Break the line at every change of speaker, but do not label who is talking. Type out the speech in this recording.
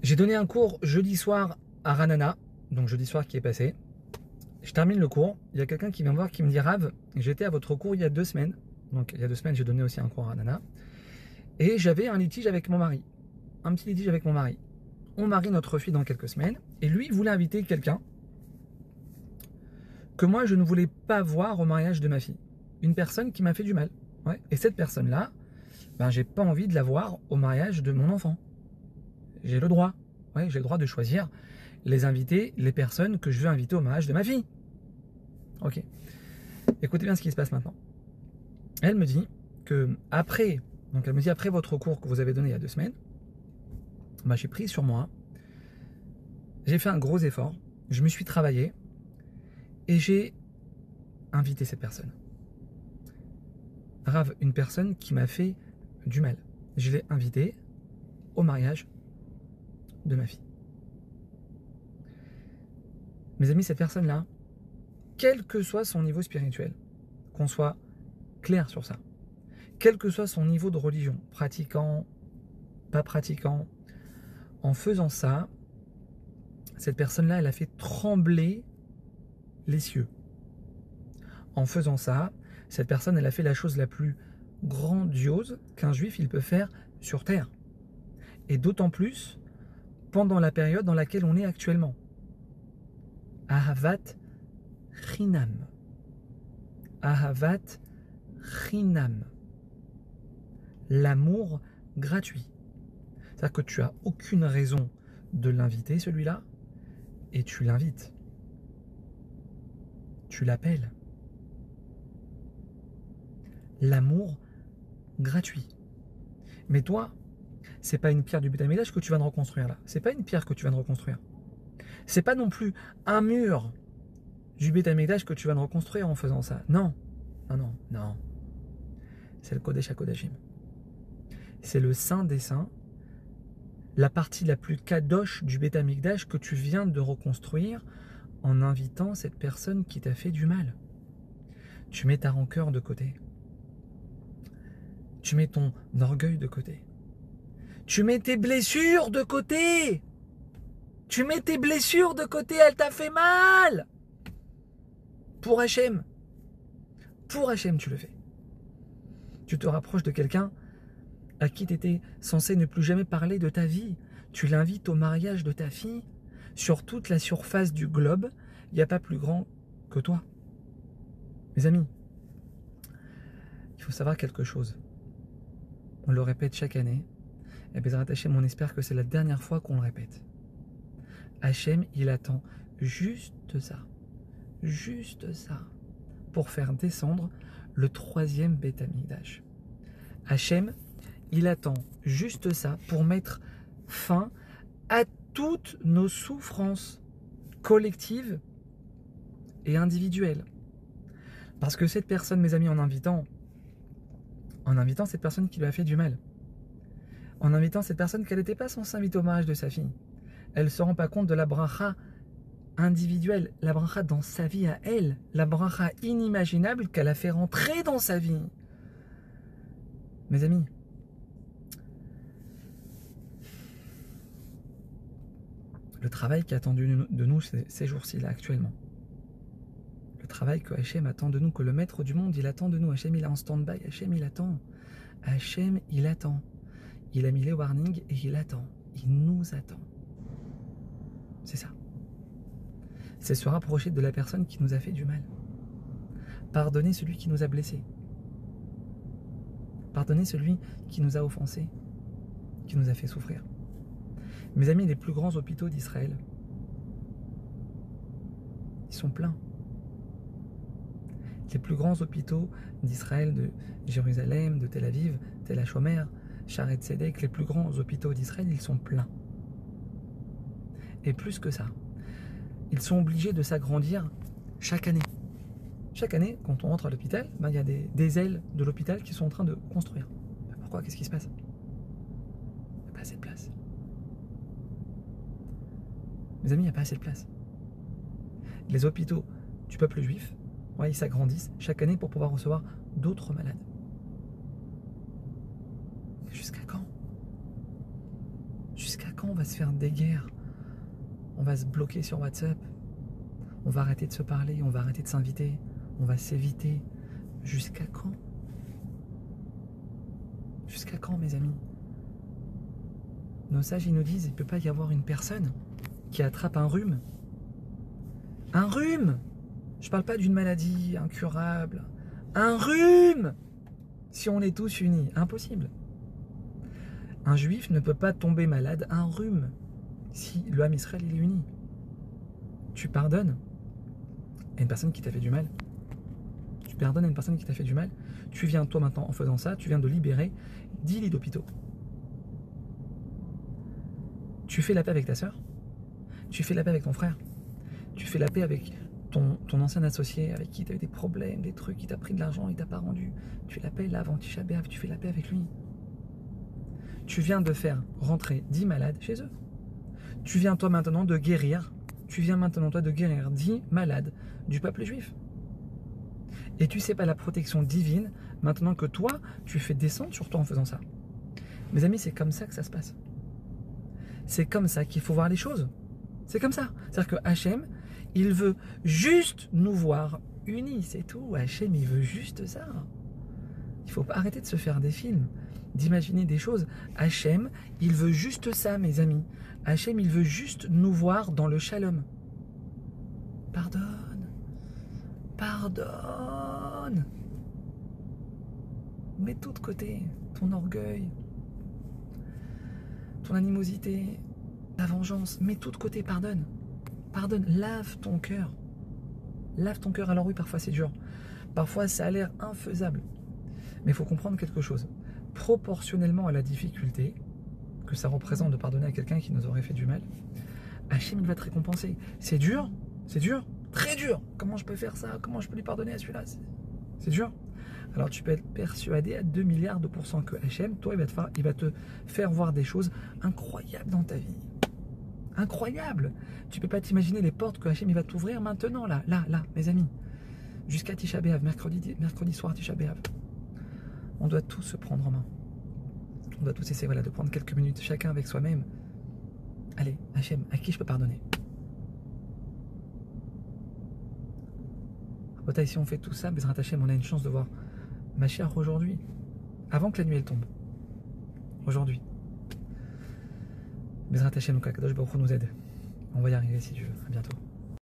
J'ai donné un cours jeudi soir à Ranana, donc jeudi soir qui est passé. Je termine le cours, il y a quelqu'un qui vient me voir qui me dit Rav, j'étais à votre cours il y a 2 semaines. Donc il y a 2 semaines, j'ai donné aussi un cours à Ranana. Et j'avais un litige avec mon mari. Un petit litige avec mon mari. On marie notre fille dans quelques semaines. Et lui, il voulait inviter quelqu'un que moi, je ne voulais pas voir au mariage de ma fille. Une personne qui m'a fait du mal. Ouais. Et cette personne-là, ben, j'ai pas envie de la voir au mariage de mon enfant. J'ai le droit. Ouais, j'ai le droit de choisir les invités, les personnes que je veux inviter au mariage de ma fille. Ok. Écoutez bien ce qui se passe maintenant. Elle me dit que après, donc elle me dit après votre cours que vous avez donné il y a 2 semaines, bah, j'ai pris sur moi, j'ai fait un gros effort, je me suis travaillé et j'ai invité cette personne. Rav, une personne qui m'a fait du mal. Je l'ai invitée au mariage de ma fille. Mes amis, cette personne-là, quel que soit son niveau spirituel, qu'on soit clair sur ça, quel que soit son niveau de religion, pratiquant, pas pratiquant, en faisant ça, cette personne-là, elle a fait trembler les cieux. En faisant ça, cette personne, elle a fait la chose la plus grandiose qu'un juif, il peut faire sur terre. Et d'autant plus pendant la période dans laquelle on est actuellement. Ahavat Chinam. Ahavat Chinam. L'amour gratuit. C'est-à-dire que tu n'as aucune raison de l'inviter, celui-là, et tu l'invites. Tu l'appelles. L'amour gratuit. Mais toi, c'est pas une pierre du Beth Amikdash que tu vas de reconstruire là. C'est pas une pierre que tu vas de reconstruire. C'est pas non plus un mur du Beth Amikdash que tu vas de reconstruire en faisant ça. Non. Non, non, non. C'est le Kodesh HaKodashim. C'est le Saint des Saints, la partie la plus kadosh du Beth Amikdash que tu viens de reconstruire en invitant cette personne qui t'a fait du mal. Tu mets ta rancœur de côté. Tu mets ton orgueil de côté. Tu mets tes blessures de côté. Tu mets tes blessures de côté, elle t'a fait mal. Pour Hachem. Pour Hachem, tu le fais. Tu te rapproches de quelqu'un à qui tu étais censé ne plus jamais parler de ta vie. Tu l'invites au mariage de ta fille. Sur toute la surface du globe, il n'y a pas plus grand que toi. Mes amis, il faut savoir quelque chose. On le répète chaque année. Et Bezrat Hachem, on espère que c'est la dernière fois qu'on le répète. Hachem, il attend juste ça, pour faire descendre le 3e Beth Amikdash. Hachem, il attend juste ça pour mettre fin à toutes nos souffrances collectives et individuelles. Parce que cette personne, mes amis, en invitant cette personne qui lui a fait du mal, en invitant cette personne qu'elle n'était pas censée inviter au mariage de sa fille, elle ne se rend pas compte de la bracha individuelle, la bracha dans sa vie à elle, la bracha inimaginable qu'elle a fait rentrer dans sa vie. Mes amis, le travail qui est attendu de nous ces jours-ci, là, actuellement, le travail que Hachem attend de nous, que le maître du monde, il attend de nous, Hachem, il est en stand-by, Hachem, il attend. Hachem, il attend. Il a mis les warnings et il attend. Il nous attend. C'est ça. C'est se rapprocher de la personne qui nous a fait du mal. Pardonner celui qui nous a blessés. Pardonner celui qui nous a offensés, qui nous a fait souffrir. Mes amis, les plus grands hôpitaux d'Israël, ils sont pleins. Les plus grands hôpitaux d'Israël, de Jérusalem, de Tel Aviv, Tel HaShomer, Sharet Tzedek, les plus grands hôpitaux d'Israël, ils sont pleins. Et plus que ça, ils sont obligés de s'agrandir chaque année. Chaque année, quand on entre à l'hôpital, ben, il y a des ailes de l'hôpital qui sont en train de construire. Pourquoi? Qu'est-ce qui se passe? Il n'y a pas assez de place. Mes amis, il n'y a pas assez de place. Les hôpitaux du peuple juif, ouais, ils s'agrandissent chaque année pour pouvoir recevoir d'autres malades. Jusqu'à quand? Jusqu'à quand? quand on va se faire des guerres? On va se bloquer sur WhatsApp. On va arrêter de se parler, on va arrêter de s'inviter. On va s'éviter. Jusqu'à quand? Jusqu'à quand, mes amis? Nos sages, ils nous disent, il ne peut pas y avoir une personne qui attrape un rhume. Un rhume! Je ne parle pas d'une maladie incurable. Un rhume! Si on est tous unis, impossible. Un juif ne peut pas tomber malade, un rhume, si le Ham Israël il est uni. Tu pardonnes à une personne qui t'a fait du mal. Tu pardonnes à une personne qui t'a fait du mal. Tu viens, toi maintenant, en faisant ça, tu viens de libérer 10 lits d'hôpitaux. Tu fais la paix avec ta soeur. Tu fais la paix avec ton frère. Tu fais la paix avec ton ancien associé avec qui tu as eu des problèmes, des trucs, qui t'a pris de l'argent, il t'a pas rendu. Tu fais la paix là avant Tisha B'Av, tu fais la paix avec lui. Tu viens de faire rentrer 10 malades chez eux. Tu viens toi maintenant de guérir. Tu viens maintenant toi de guérir 10 malades du peuple juif. Et tu sais pas la protection divine maintenant que toi, tu fais descendre sur toi en faisant ça. Mes amis, c'est comme ça que ça se passe. C'est comme ça qu'il faut voir les choses. C'est comme ça. C'est-à-dire que Hachem, il veut juste nous voir unis, c'est tout. Hachem, il veut juste ça. Il faut pas arrêter de se faire des films, d'imaginer des choses. Hachem, il veut juste ça, mes amis. Hachem, il veut juste nous voir dans le shalom. Pardonne. Pardonne. Mets tout de côté. Ton orgueil, ton animosité, ta vengeance. Mets tout de côté, pardonne. Pardonne, lave ton cœur. Lave ton cœur. Alors oui, parfois c'est dur. Parfois ça a l'air infaisable. Mais il faut comprendre quelque chose. Proportionnellement à la difficulté que ça représente de pardonner à quelqu'un qui nous aurait fait du mal, Hachem, il va te récompenser. C'est dur, très dur. Comment je peux faire ça? Comment je peux lui pardonner à celui-là? C'est dur. Alors tu peux être persuadé à 2 milliards de pourcents que Hachem, toi, il va te faire voir des choses incroyables dans ta vie. Incroyable. Tu peux pas t'imaginer les portes que Hachem il va t'ouvrir maintenant, là, mes amis. Jusqu'à Tisha B'Av, mercredi soir Tisha B'Av. On doit tous se prendre en main. On doit tous essayer de prendre quelques minutes, chacun avec soi-même. Allez, Hachem, à qui je peux pardonner? Si on fait tout ça, Bezrat Hachem, on a une chance de voir Mashiach aujourd'hui, avant que la nuit elle tombe. Aujourd'hui. Bezrat Hachem, Kadosh Baruch Hu nous aide. On va y arriver si Dieu veut. À bientôt.